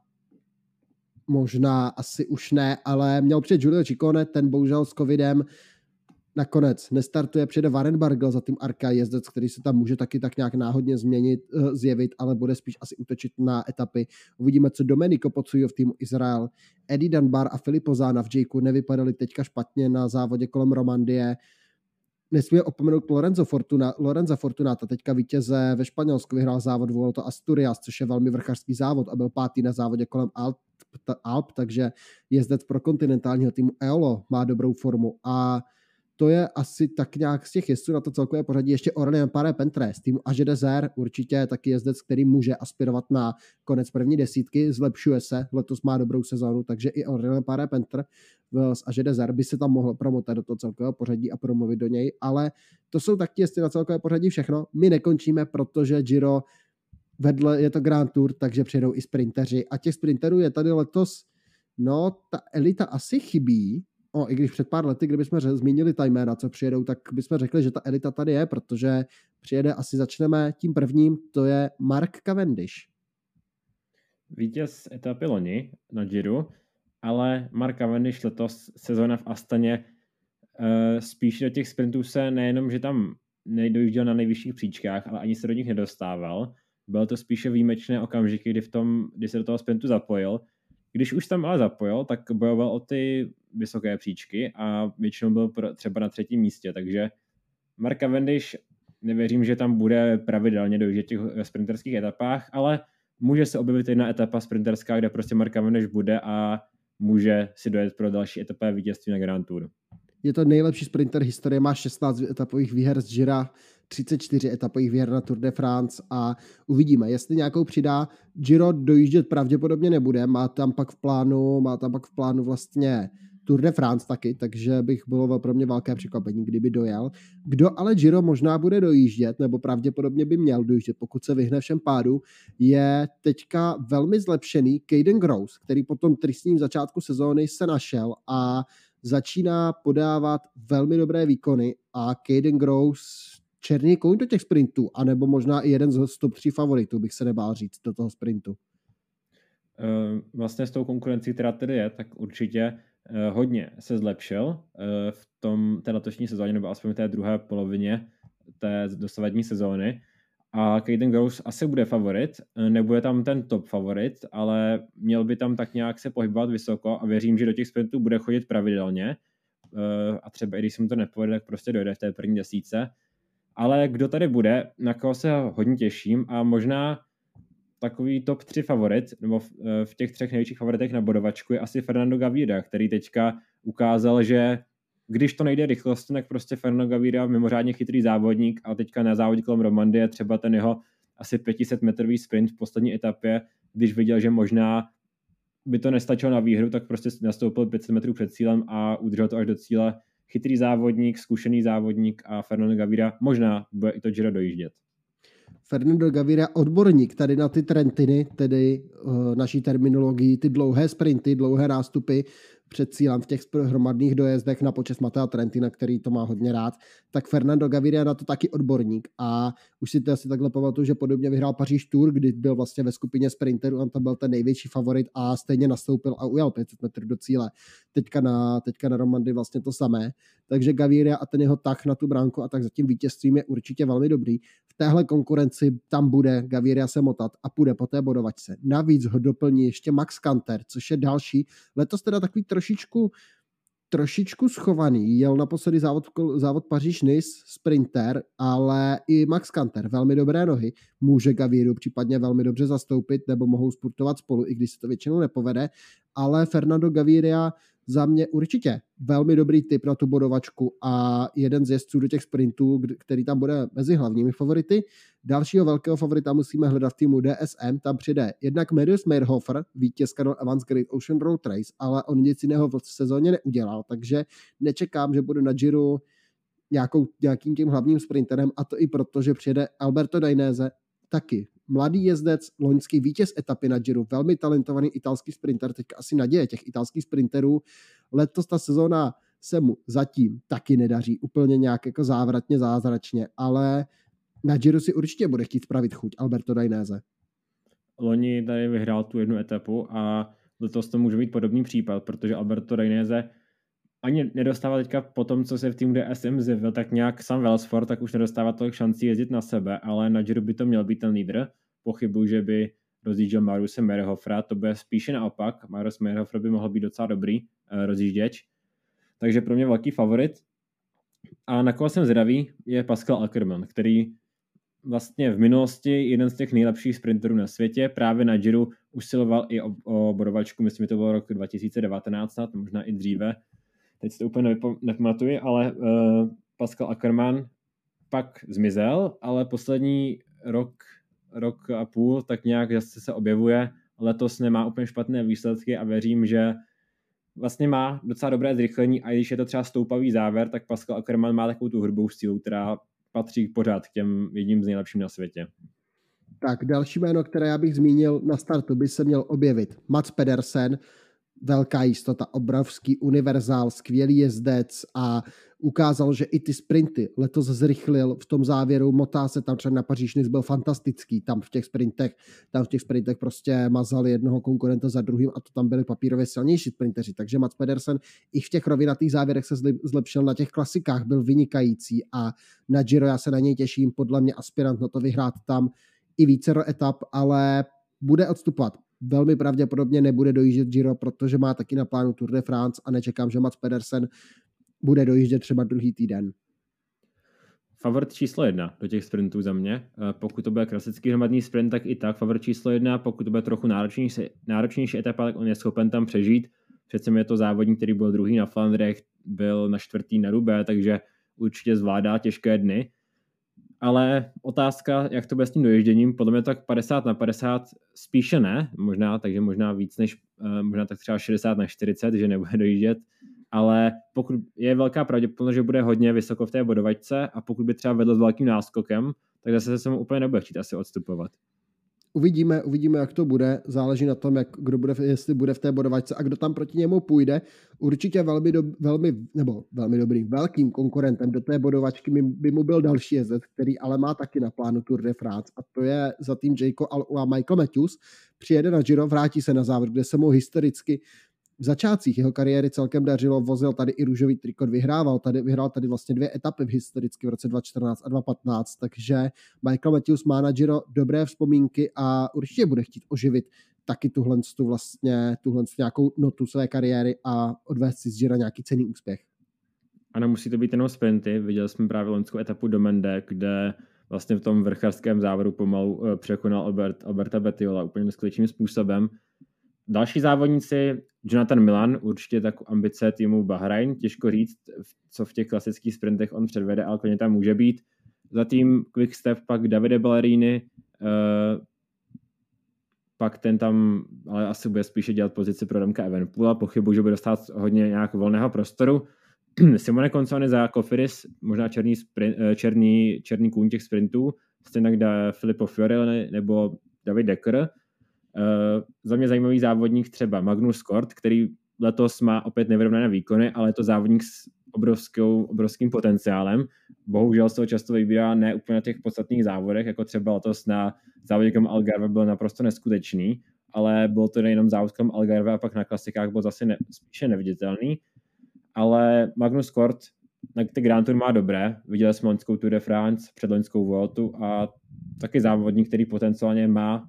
možná asi už ne, ale měl přijet Giulio Ciccone, ten bohužel s covidem nakonec nestartuje, přijede Warren Barguil za tým Arca, jezdec, který se tam může taky tak nějak náhodně zjevit, ale bude spíš asi útočit na etapy. Uvidíme, co Domenico Pozzujo v týmu Izrael. Eddie Dunbar a Filippo Zana v Jakeu nevypadali teďka špatně na závodě kolem Romandie. Nesmíme opomenout Lorenza Fortunata, teďka vítěze ve Španělsku, vyhrál závod Vuelta Asturias, což je velmi vrchařský závod a byl 5. na závodě kolem Alp, takže jezdec pro kontinentálního týmu Eolo má dobrou formu a to je asi tak nějak z těch jezdců na to celkové pořadí. Ještě Aurélien Paré-Pentré z týmu AG Desert, určitě taky jezdec, který může aspirovat na konec první desítky, zlepšuje se, letos má dobrou sezónu, takže i Aurélien Paré-Pentré z AG Desert by se tam mohl promotat do toho celkového pořadí a promluvit do něj, ale to jsou taky jezdci na celkové pořadí všechno. My nekončíme, protože Giro vedle je to Grand Tour, takže přijedou i sprinteři a těch sprinterů je tady letos No, ta elita asi chybí. I když před pár lety, kdybychom zmínili ta jména, co přijedou, tak bychom řekli, že ta elita tady je, protože přijede, asi začneme tím prvním, to je Mark Cavendish. Vítěz etapy loni na Giro, ale Mark Cavendish letos sezóna v Astaně spíš do těch sprintů se nejenom, že tam nedojížděl na nejvyšších příčkách, ale ani se do nich nedostával. Bylo to spíše výjimečné okamžiky, kdy se do toho sprintu zapojil. Když už tam ale zapojil, tak bojoval o ty vysoké příčky a většinou byl třeba na 3. místě, takže Mark Cavendish nevěřím, že tam bude pravidelně dojíždět v těch sprinterských etapách, ale může se objevit jedna etapa sprinterská, kde prostě Mark Cavendish bude a může si dojet pro další etapové vítězství na Grand Tour. Je to nejlepší sprinter historie, má 16 etapových výher z Gira, 34 etapových výher na Tour de France a uvidíme, jestli nějakou přidá. Giro dojíždět pravděpodobně nebude, má tam pak v plánu vlastně Tour de France taky, takže bylo pro mě velké překvapení, kdyby dojel. Kdo ale Giro možná bude dojíždět, nebo pravděpodobně by měl dojíždět, pokud se vyhne všem pádu, je teďka velmi zlepšený Caden Gross, který po tom tristním začátku sezóny se našel a začíná podávat velmi dobré výkony a Caden Gross černý kůň do těch sprintů, anebo možná i jeden z top 3 favoritů, bych se nebál říct, do toho sprintu. Vlastně s tou konkurencí, která tady je, tak určitě hodně se zlepšil v té letošní sezóně, nebo aspoň v té druhé polovině té dosavadní sezóny. A Caden Gross asi bude favorit, nebude tam ten top favorit, ale měl by tam tak nějak se pohybovat vysoko a věřím, že do těch sprintů bude chodit pravidelně a třeba i když se mu to nepovede, tak prostě dojde v té první desítce. Ale kdo tady bude, na koho se hodně těším a možná takový top 3 favorit, nebo v těch 3 největších favoritech na bodovačku je asi Fernando Gaviria, který teďka ukázal, že když to nejde rychlost, tak prostě Fernando Gaviria mimořádně chytrý závodník a teďka na závodě kolem Romandie třeba ten jeho asi 500 metrový sprint v poslední etapě, když viděl, že možná by to nestačilo na výhru, tak prostě nastoupil 500 metrů před cílem a udržel to až do cíle. Chytrý závodník, zkušený závodník a Fernando Gaviria možná bude i to Giro dojíždět. Fernando Gaviria odborník tady na ty Trentiny, tedy naší terminologii, ty dlouhé sprinty, dlouhé nástupy před cílem v těch hromadných dojezdech na počest Matteo Trentina, který to má hodně rád, tak Fernando Gaviria na to taky odborník a už si to asi takhle pamatuju, že podobně vyhrál Paříž Tour, kdy byl vlastně ve skupině sprinterů, on tam byl ten největší favorit a stejně nastoupil a ujel 500 metrů do cíle. Teďka na Romandii vlastně to samé, takže Gaviria a ten jeho tah na tu bránku a tak za tím vítězstvím je určitě velmi dobrý. V téhle konkurenci tam bude Gaviria se motat a půjde po té bodovačce. Navíc ho doplní ještě Max Kanter, což je další. Letos teda takový trošičku schovaný. Jel naposledy závod Paříž-Nice, sprinter, ale i Max Kanter, velmi dobré nohy, může Gaviriu případně velmi dobře zastoupit, nebo mohou spurtovat spolu, i když se to většinou nepovede, ale Fernando Gaviria za mě určitě velmi dobrý tip na tu bodovačku a jeden z jezdců do těch sprintů, který tam bude mezi hlavními favority. Dalšího velkého favorita musíme hledat v týmu DSM, tam přijde jednak Marius Meyerhofer, vítěz Canon Evans Great Ocean Road Race, ale on nic jiného v sezóně neudělal, takže nečekám, že bude na Giro nějakým tím hlavním sprinterem a to i proto, že přijede Alberto Dainese, taky mladý jezdec, loňský vítěz etapy na Giro, velmi talentovaný italský sprinter, teďka asi naděje těch italských sprinterů. Letos ta sezóna se mu zatím taky nedaří úplně nějak jako závratně, zázračně, ale na Giro si určitě bude chtít spravit chuť Alberto Dainese. Loni tady vyhrál tu jednu etapu a letos to může být podobný případ, protože Alberto Dainese ani nedostává teďka po tom, co se v týmu DSM zjevil, tak nějak Sam Welsford, tak už nedostává tolik šancí jezdit na sebe, ale na Giro by to měl být ten lídr. Pochybuji, že by rozjížděl Mariuse Meyerhofera, to bude spíše naopak. Marius Meyerhofer by mohl být docela dobrý rozjížděč. Takže pro mě velký favorit. A na koho jsem zvědavý, je Pascal Ackermann, který vlastně v minulosti jeden z těch nejlepších sprinterů na světě. Právě na Giro usiloval i o bodovačku, myslím, že to bylo rok 2019, možná i dříve. Teď si to úplně nepamatuji, ale Pascal Ackermann pak zmizel, ale poslední rok a půl tak nějak zase se objevuje. Letos nemá úplně špatné výsledky a věřím, že vlastně má docela dobré zrychlení a když je to třeba stoupavý závěr, tak Pascal Ackermann má takovou tu hrubou sílu, která patří pořád k těm jedním z nejlepším na světě. Tak další jméno, které já bych zmínil na startu, by se měl objevit Mats Pedersen, velká jistota, obrovský univerzál, skvělý jezdec a ukázal, že i ty sprinty letos zrychlil v tom závěru, motá se tam třeba na Paříž-Nice, byl fantastický, tam v těch sprintech prostě mazal jednoho konkurenta za druhým a to tam byli papírově silnější sprinteři, takže Mats Pedersen i v těch rovinatých závěrech se zlepšil, na těch klasikách byl vynikající a na Giro já se na něj těším, podle mě aspirant na to vyhrát tam i vícero etap, ale bude odstupovat. Velmi pravděpodobně nebude dojíždět Giro, protože má taky na plánu Tour de France a nečekám, že Mats Pedersen bude dojíždět třeba druhý týden. Favorit číslo 1 do těch sprintů za mě. Pokud to bude klasický hromadný sprint, tak i tak favorit číslo 1. Pokud to bude trochu náročnější etapa, tak on je schopen tam přežít. Přece je to závodník, který byl druhý na Flandrech, byl na 4. na Roubaix, takže určitě zvládá těžké dny. Ale otázka, jak to bude s tím dojížděním, podle mě tak 50/50 spíše ne, možná víc než, možná tak třeba 60/40, že nebude dojíždět, ale pokud je velká pravděpodobnost, že bude hodně vysoko v té bodovačce a pokud by třeba vedl s velkým náskokem, tak zase se mu úplně nebude chtít asi odstupovat. Uvidíme, jak to bude. Záleží na tom, jestli bude v té bodovačce a kdo tam proti němu půjde. Určitě velmi dobrým, velkým konkurentem do té bodovačky by mu byl další jezdec, který ale má taky na plánu Tour de France a to je za tým Jayco a Michael Matthews. Přijede na Giro, vrátí se na závod, kde se mu historicky v začátcích jeho kariéry celkem dařilo, vozil tady i růžový trikot, vyhrál tady vlastně 2 etapy historicky v roce 2014 a 2015, takže Michael Matthews má na Giro dobré vzpomínky a určitě bude chtít oživit taky tuhle nějakou notu své kariéry a odvést si z Gira nějaký cenný úspěch. A nemusí to být jenom sprinty, viděli jsme právě loňskou etapu do Mende, kde vlastně v tom vrchářském závodu pomalu překonal Alberta Betiola úplně neskutečným způsobem. Další závodníci, Jonathan Milan, určitě tak ambice týmu Bahrain, těžko říct, co v těch klasických sprintech on předvede, ale klidně tam může být. Za tým Quickstep pak Davide Ballerini, pak ten tam ale asi bude spíše dělat pozici pro Remka Evenepoela, pochybuji, že bude dostat hodně nějak volného prostoru. Simone Consoni za Cofidis, možná černý kůň těch sprintů, stejně tak Filippo Fiorelli nebo David Decker. Za mě zajímavý závodník třeba Magnus Kort, který letos má opět nevyrovnané výkony, ale je to závodník s obrovským potenciálem. Bohužel se ho často vybírá ne úplně na těch podstatných závodech, jako třeba letos na závodníkem Algarve byl naprosto neskutečný, ale byl to jenom závodkem Algarve a pak na klasikách byl zase spíše neviditelný. Ale Magnus Kort na ty Grand Tour má dobré. Viděli jsme loňskou Tour de France, předloňskou Vueltu a taky závodník, který potenciálně má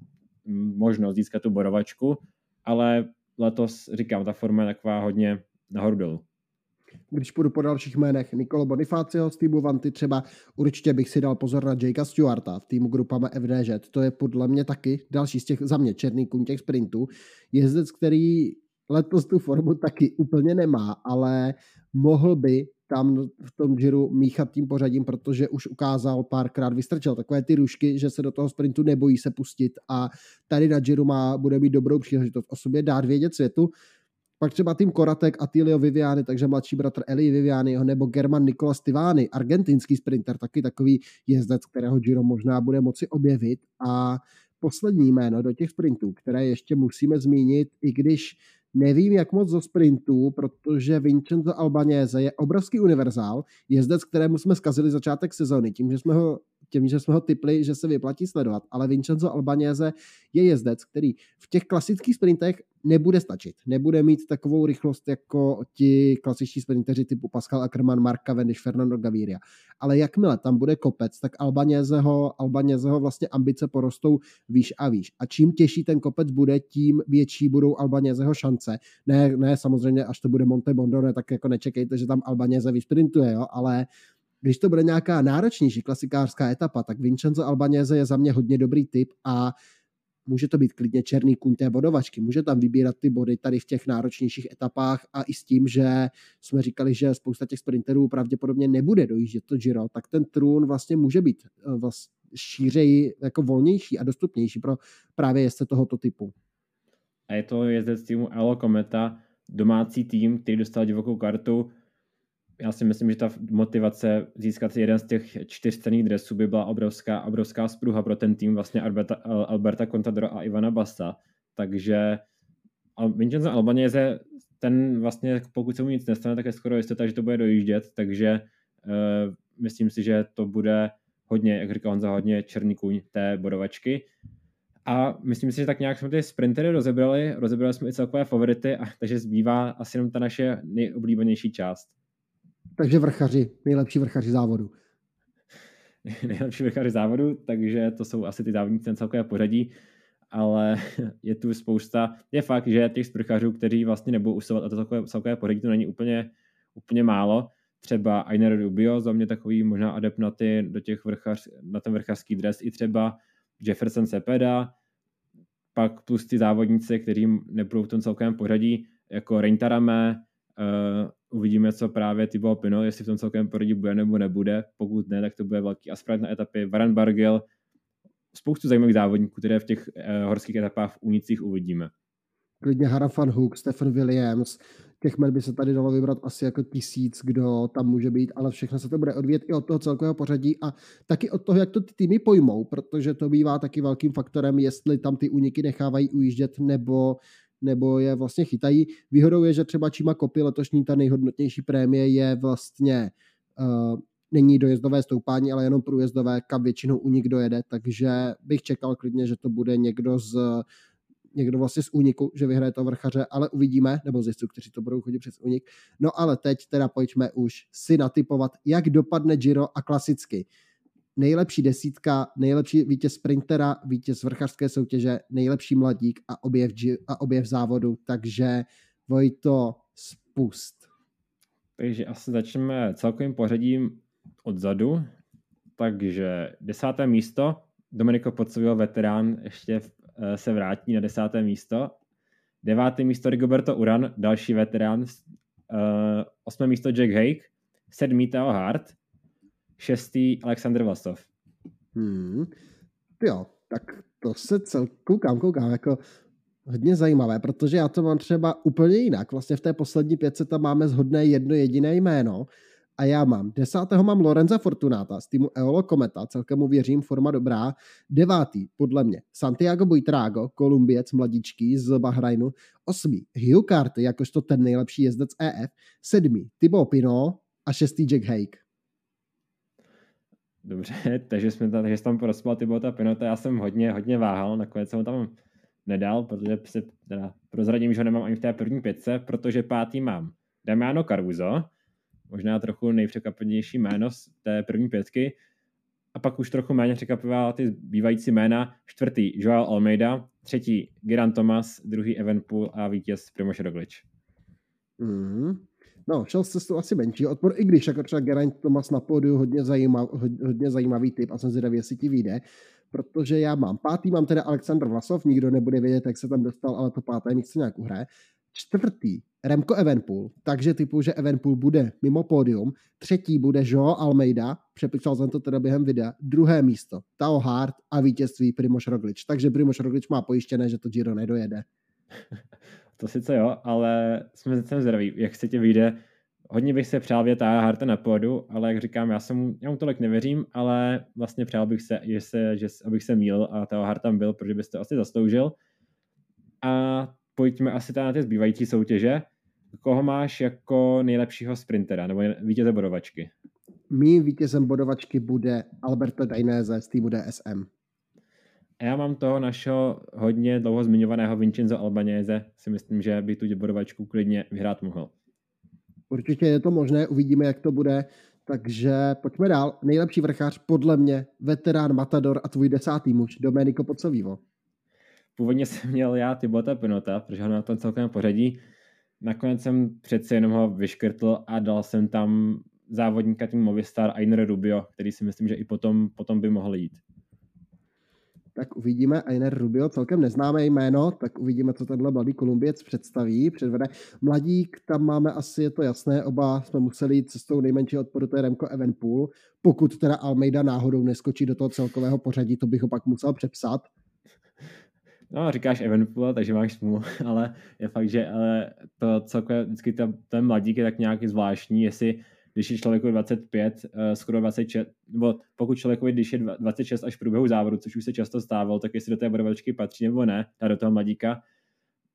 možnost získat tu borovačku, ale letos, říkám, ta forma je taková hodně nahoru dolů. Když půjdu po dalších jménech, Nicolo Bonifacio z týmu Vanty třeba, určitě bych si dal pozor na Jakea Stewarta v týmu Grupama FDŽ. To je podle mě taky další z těch za mě černý kůň těch sprintů. Jezdec, který letos tu formu taky úplně nemá, ale mohl by tam v tom Giru míchat tím pořadím, protože už ukázal párkrát, vystrčil takové ty rušky, že se do toho sprintu nebojí se pustit a tady na Giru bude mít dobrou příležitost o sobě dát vědět světu. Pak třeba tým Koratek, Attilio Viviani, takže mladší bratr Eli Vivianiho, nebo German Nicola Stivani, argentinský sprinter, taky takový jezdec, kterého Giro možná bude moci objevit. A poslední jméno do těch sprintů, které ještě musíme zmínit, i když nevím, jak moc do sprintů, protože Vincenzo Albanese je obrovský univerzál, jezdec, kterému jsme zkazili začátek sezony, tím, že jsme ho tipli, že se vyplatí sledovat, ale Vincenzo Albanese je jezdec, který v těch klasických sprintech nebude stačit. Nebude mít takovou rychlost jako ti klasičtí sprinteři typu Pascal Ackermann, Mark Cavendish, Fernando Gaviria. Ale jakmile tam bude kopec, tak Albaneseho vlastně ambice porostou výš a výš. A čím těžší ten kopec bude, tím větší budou Albaneseho šance. Ne samozřejmě, až to bude Monte Bondone, tak jako nečekejte, že tam Albanese vysprintuje, jo? Ale když to bude nějaká náročnější klasikářská etapa, tak Vincenzo Albanese je za mě hodně dobrý tip a může to být klidně černý kůň té bodovačky. Může tam vybírat ty body tady v těch náročnějších etapách a i s tím, že jsme říkali, že spousta těch sprinterů pravděpodobně nebude dojíždět to Giro, tak ten trůn vlastně může být šířeji jako volnější a dostupnější pro právě jezdce tohoto typu. A je to jezdec týmu Elo Kometa, domácí tým, který dostal divokou kartu. Já si myslím, že ta motivace získat jeden z těch 4 cenných dresů by byla obrovská spruha pro ten tým vlastně Alberta Contadora a Ivana Bassa. Takže Vincenzo Albanese, ten vlastně, pokud se mu nic nestane, tak je skoro jistota, že to bude dojíždět, takže myslím si, že to bude hodně, jak říkal Honza, hodně černý kůň té bodovačky. A myslím si, že tak nějak jsme ty sprintery rozebrali jsme i celkové favority, takže zbývá asi jenom ta naše nejoblíbenější část. Takže nejlepší vrchaři závodu. Nejlepší vrchaři závodu, takže to jsou asi ty závodníci na celkové pořadí, ale je tu spousta, je fakt, že těch sprchařů, kteří vlastně nebudou usilovat a to celkové pořadí, to není úplně málo. Třeba Ainer Rubio, za mě takový možná adept na ten vrchařský dres, i třeba Jefferson Cepeda, pak plus ty závodníci, kteří nebudou v tom celkovém pořadí, jako Rein Taaramäe, uvidíme, co právě Thibaut Pinot, jestli v tom celkovém pořadí bude nebo nebude, pokud ne, tak to bude velký aspirant na etapy, Warren Barguil, spoustu zajímavých závodníků, které v těch horských etapách v únicích uvidíme. Klidně Hara van Hoek, Stefan Williams, těch jmen by se tady dalo vybrat asi jako 1000, kdo tam může být, ale všechno se to bude odvíjet i od toho celkového pořadí a taky od toho, jak to ty týmy pojmou, protože to bývá taky velkým faktorem, jestli tam ty úniky nechávají ujíždět nebo je vlastně chytají. Výhodou je, že třeba Cima Coppi letošní ta nejhodnotnější prémie je vlastně není dojezdové stoupání, ale jenom průjezdové, kam většinou únik dojede, takže bych čekal klidně, že to bude někdo vlastně z úniku, že vyhraje to vrchaře, ale uvidíme, nebo z jezdců, kteří to budou chodit přes únik. No ale teď teda pojďme už si natipovat, jak dopadne Giro a klasicky. Nejlepší desítka, nejlepší vítěz sprintera, vítěz vrchařské soutěže, nejlepší mladík a objev závodu, takže Vojto, spust. Takže asi začneme celkovým pořadím odzadu, takže 10. místo, Domenico Pozzovivo, veterán, ještě se vrátí na 10. místo. 9. místo Rigoberto Uran, další veterán. 8. místo Jack Haig. 7. Theo Hart. 6. Alexander Vlasov. Jo, tak to se koukám, jako hodně zajímavé, protože já to mám třeba úplně jinak. Vlastně v té poslední 500 tam máme shodné jedno jediné jméno a já mám 10. mám Lorenza Fortunata z týmu Eolo Kometa, celkem mu věřím, forma dobrá. 9. podle mě Santiago Buitrago, Kolumbiec mladíčký z Bahrajnu. 8. Hugh Carty, jakožto ten nejlepší jezdec EF. 7. Thibaut Pinot a 6. Jack Haig. Dobře, takže jsem tam prospal Thibauta Pinota, já jsem hodně váhal, nakonec jsem ho tam nedal, protože se teda prozradím, že ho nemám ani v té první 5, protože 5. mám Damiano Caruso, možná trochu nejpřekvapivější jméno z té první 5, a pak už trochu méně překvapivá ty bývající jména. 4. Joao Almeida, 3. Geraint Thomas, 2. Evenepoel a vítěz Primož Roglič. No, šel s cestou asi menší odpor, i když jako třeba Geraint Thomas na pódiu hodně zajímavý typ a jsem zvědavý, jestli ti vyjde, protože já mám 5. mám teda Alexander Vlasov, nikdo nebude vědět, jak se tam dostal, ale to 5. místo nějak uhraje. 4. Remco Evenepoel, takže typu, že Evenepoel bude mimo pódium. 3. bude Joao Almeida, přepičal jsem to teda během videa. 2. místo Theo Hart a vítězství Primož Roglič. Takže Primož Roglič má pojištěné, že to Giro nedojede. To sice jo, ale jsem zvědavý, jak se ti vyjde. Hodně bych se přál vidět Theo Harta na pódu, ale jak říkám, já mu tolik nevěřím, ale vlastně přál bych se, abych se mýlil a Theo Hart tam byl, protože byste asi zasloužil. A pojďme asi na ty zbývající soutěže. Koho máš jako nejlepšího sprintera nebo vítěze bodovačky? Mým vítězem bodovačky bude Alberto Dainese z týmu DSM. A já mám toho našeho hodně dlouho zmiňovaného Vincenzo Albanese. Si myslím, že by tu bodovačku klidně vyhrát mohl. Určitě je to možné, uvidíme, jak to bude. Takže pojďme dál. Nejlepší vrchař podle mě, veterán Matador a tvůj 10. muž, Domenico Pozzovivo. Původně jsem měl já Thibauta Pinota, protože ho na tom celkem pořadí. Nakonec jsem přece jenom ho vyškrtl a dal jsem tam závodníka týmu Movistar Ainer Rubio, který si myslím, že i potom by mohl jít. Tak uvidíme, Ainer Rubio, celkem neznámé jméno, tak uvidíme, co tenhle mladý Kolumbiec předvede. Mladík, tam máme asi, je to jasné, oba jsme museli jít cestou nejmenšího odporu, to je Remco Evenepoel. Pokud teda Almeida náhodou neskočí do toho celkového pořadí, to bych ho pak musel přepsat. No, říkáš Evenepoel, takže máš smůlu, ale je fakt, že to celkově vždycky ten mladík je tak nějaký zvláštní, jestli když je člověku 25, skoro 26, nebo pokud člověkovi, když je 26 až v průběhu závodu, což už se často stávalo, tak jestli do té bodovačky patří nebo ne, a do toho mladíka.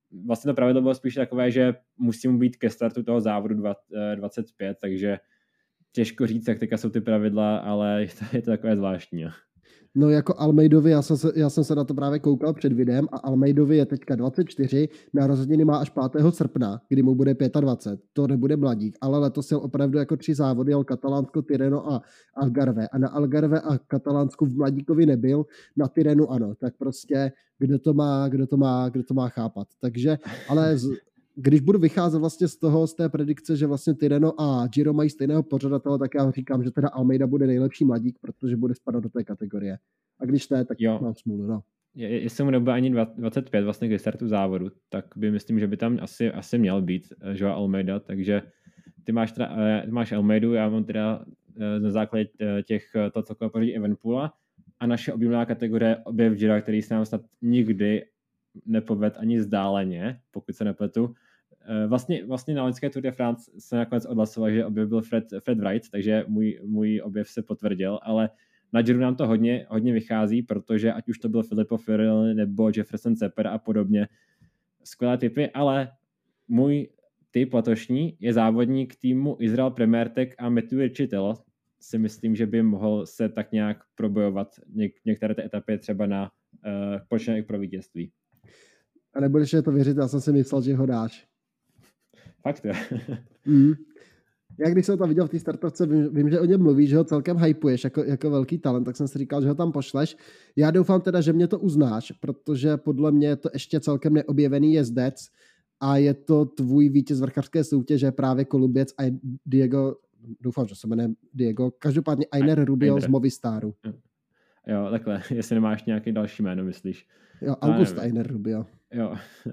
vlastně to pravidlo bylo spíš takové, že musím být ke startu toho závodu 25, takže těžko říct, jak teďka jsou ty pravidla, ale je to takové zvláštní. No jako Almeidovi, já jsem se na to právě koukal před videem a Almeidovi je teďka 24, narozeniny má až 5. srpna, kdy mu bude 25, to nebude mladík, ale letos jel opravdu jako 3 závody, jel Katalánsko, Tirreno a Algarve a na Algarve a Katalánsku v mladíkovi nebyl, na Tirrenu ano, tak prostě kdo to má chápat, takže, ale když budu vycházet vlastně z té predikce, že vlastně Tirreno a Giro mají stejného pořadatele, tak já říkám, že teda Almeida bude nejlepší mladík, protože bude spadat do té kategorie. A když ne, tak mám smůlu, no. Jestli mu nebude ani 25 vlastně ke startu závodu, tak by myslím, že by tam asi měl být Joao Almeida, takže ty máš Almeidu, já mám teda na základě to celkové pořadí Evenepoela a naše oblíbená kategorie objev Gira, který se nám snad nikdy nepoved ani vzdáleně, pokud se nepletu. Vlastně na loňské Tour de France se nakonec odhlasoval, že objev byl Fred Wright, takže můj objev se potvrdil, ale na Giro nám to hodně vychází, protože ať už to byl Filippo Fiorelli nebo Jefferson Zeper a podobně, skvělé typy, ale můj typ letošní je závodník týmu Israel Premier Tech a Matthew Richitello. Si myslím, že by mohl se tak nějak probojovat některé ty etapy třeba na počínek pro vítězství. A nebudeš je to věřit, já jsem si myslel, že ho dáš. Fakt jo. Já když jsem to viděl v té startovce, vím, že o něm mluvíš, že ho celkem hypuješ jako velký talent, tak jsem si říkal, že ho tam pošleš. Já doufám teda, že mě to uznáš, protože podle mě je to ještě celkem neobjevený jezdec a je to tvůj vítěz vrchařské soutěže, právě Kolumbiec a Diego, doufám, že se jmenuje Diego, každopádně Ainer Rubio z Movistaru. Jo, takhle, jestli nemáš nějaký další jméno, myslíš? Jo, August Ainer Rubio. Jo,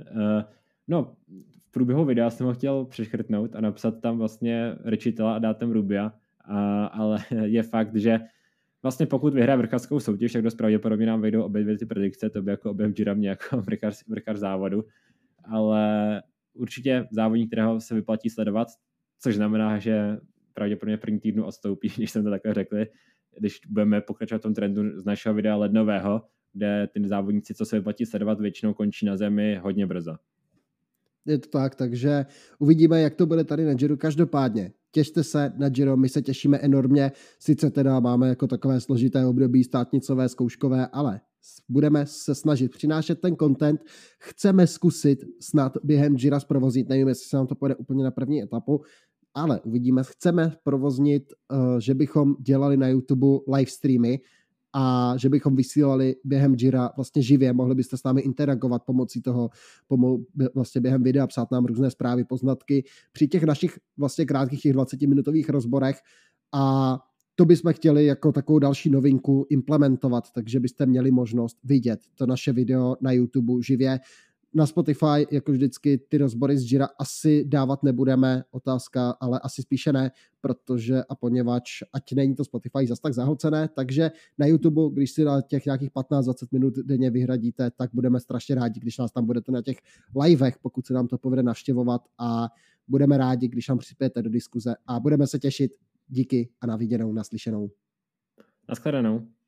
no, v průběhu videa jsem ho chtěl přeškrtnout a napsat tam vlastně Richitella a dát tam Rubia, ale je fakt, že vlastně pokud vyhraje vrchařskou soutěž, tak dost pravděpodobně nám vejdou obě dvě ty predikce, to by jako objev Gira mě jako vrchař závodu, ale určitě závodník, kterého se vyplatí sledovat, což znamená, že pravděpodobně první týdnu odstoupí, když jsem to takhle řekli, když budeme pokračovat v tom trendu z našeho videa lednového, kde ty závodníci, co se vyplatí sledovat, většinou končí na zemi hodně brzo. Je to tak, takže uvidíme, jak to bude tady na Giro. Každopádně, těšte se na Giro, my se těšíme enormně, sice teda máme jako takové složité období státnicové, zkouškové, ale budeme se snažit přinášet ten content, chceme zkusit snad během Gira zprovoznit, nevím, jestli se nám to půjde úplně na první etapu, ale uvidíme, chceme provoznit, že bychom dělali na YouTube live streamy a že bychom vysílali během Gira vlastně živě, mohli byste s námi interagovat pomocí toho, vlastně během videa, psát nám různé zprávy, poznatky při těch našich vlastně krátkých těch 20-minutových rozborech a to bychom chtěli jako takovou další novinku implementovat, takže byste měli možnost vidět to naše video na YouTube živě. Na Spotify, jako vždycky, ty rozbory z Gira asi dávat nebudeme, otázka, ale asi spíše ne, protože a poněvadž ať není to Spotify zas tak zahlcené, takže na YouTube, když si na těch nějakých 15-20 minut denně vyhradíte, tak budeme strašně rádi, když nás tam budete na těch livech, pokud se nám to povede navštěvovat a budeme rádi, když nám přispějete do diskuze a budeme se těšit. Díky a na viděnou, naslyšenou. Naschledanou.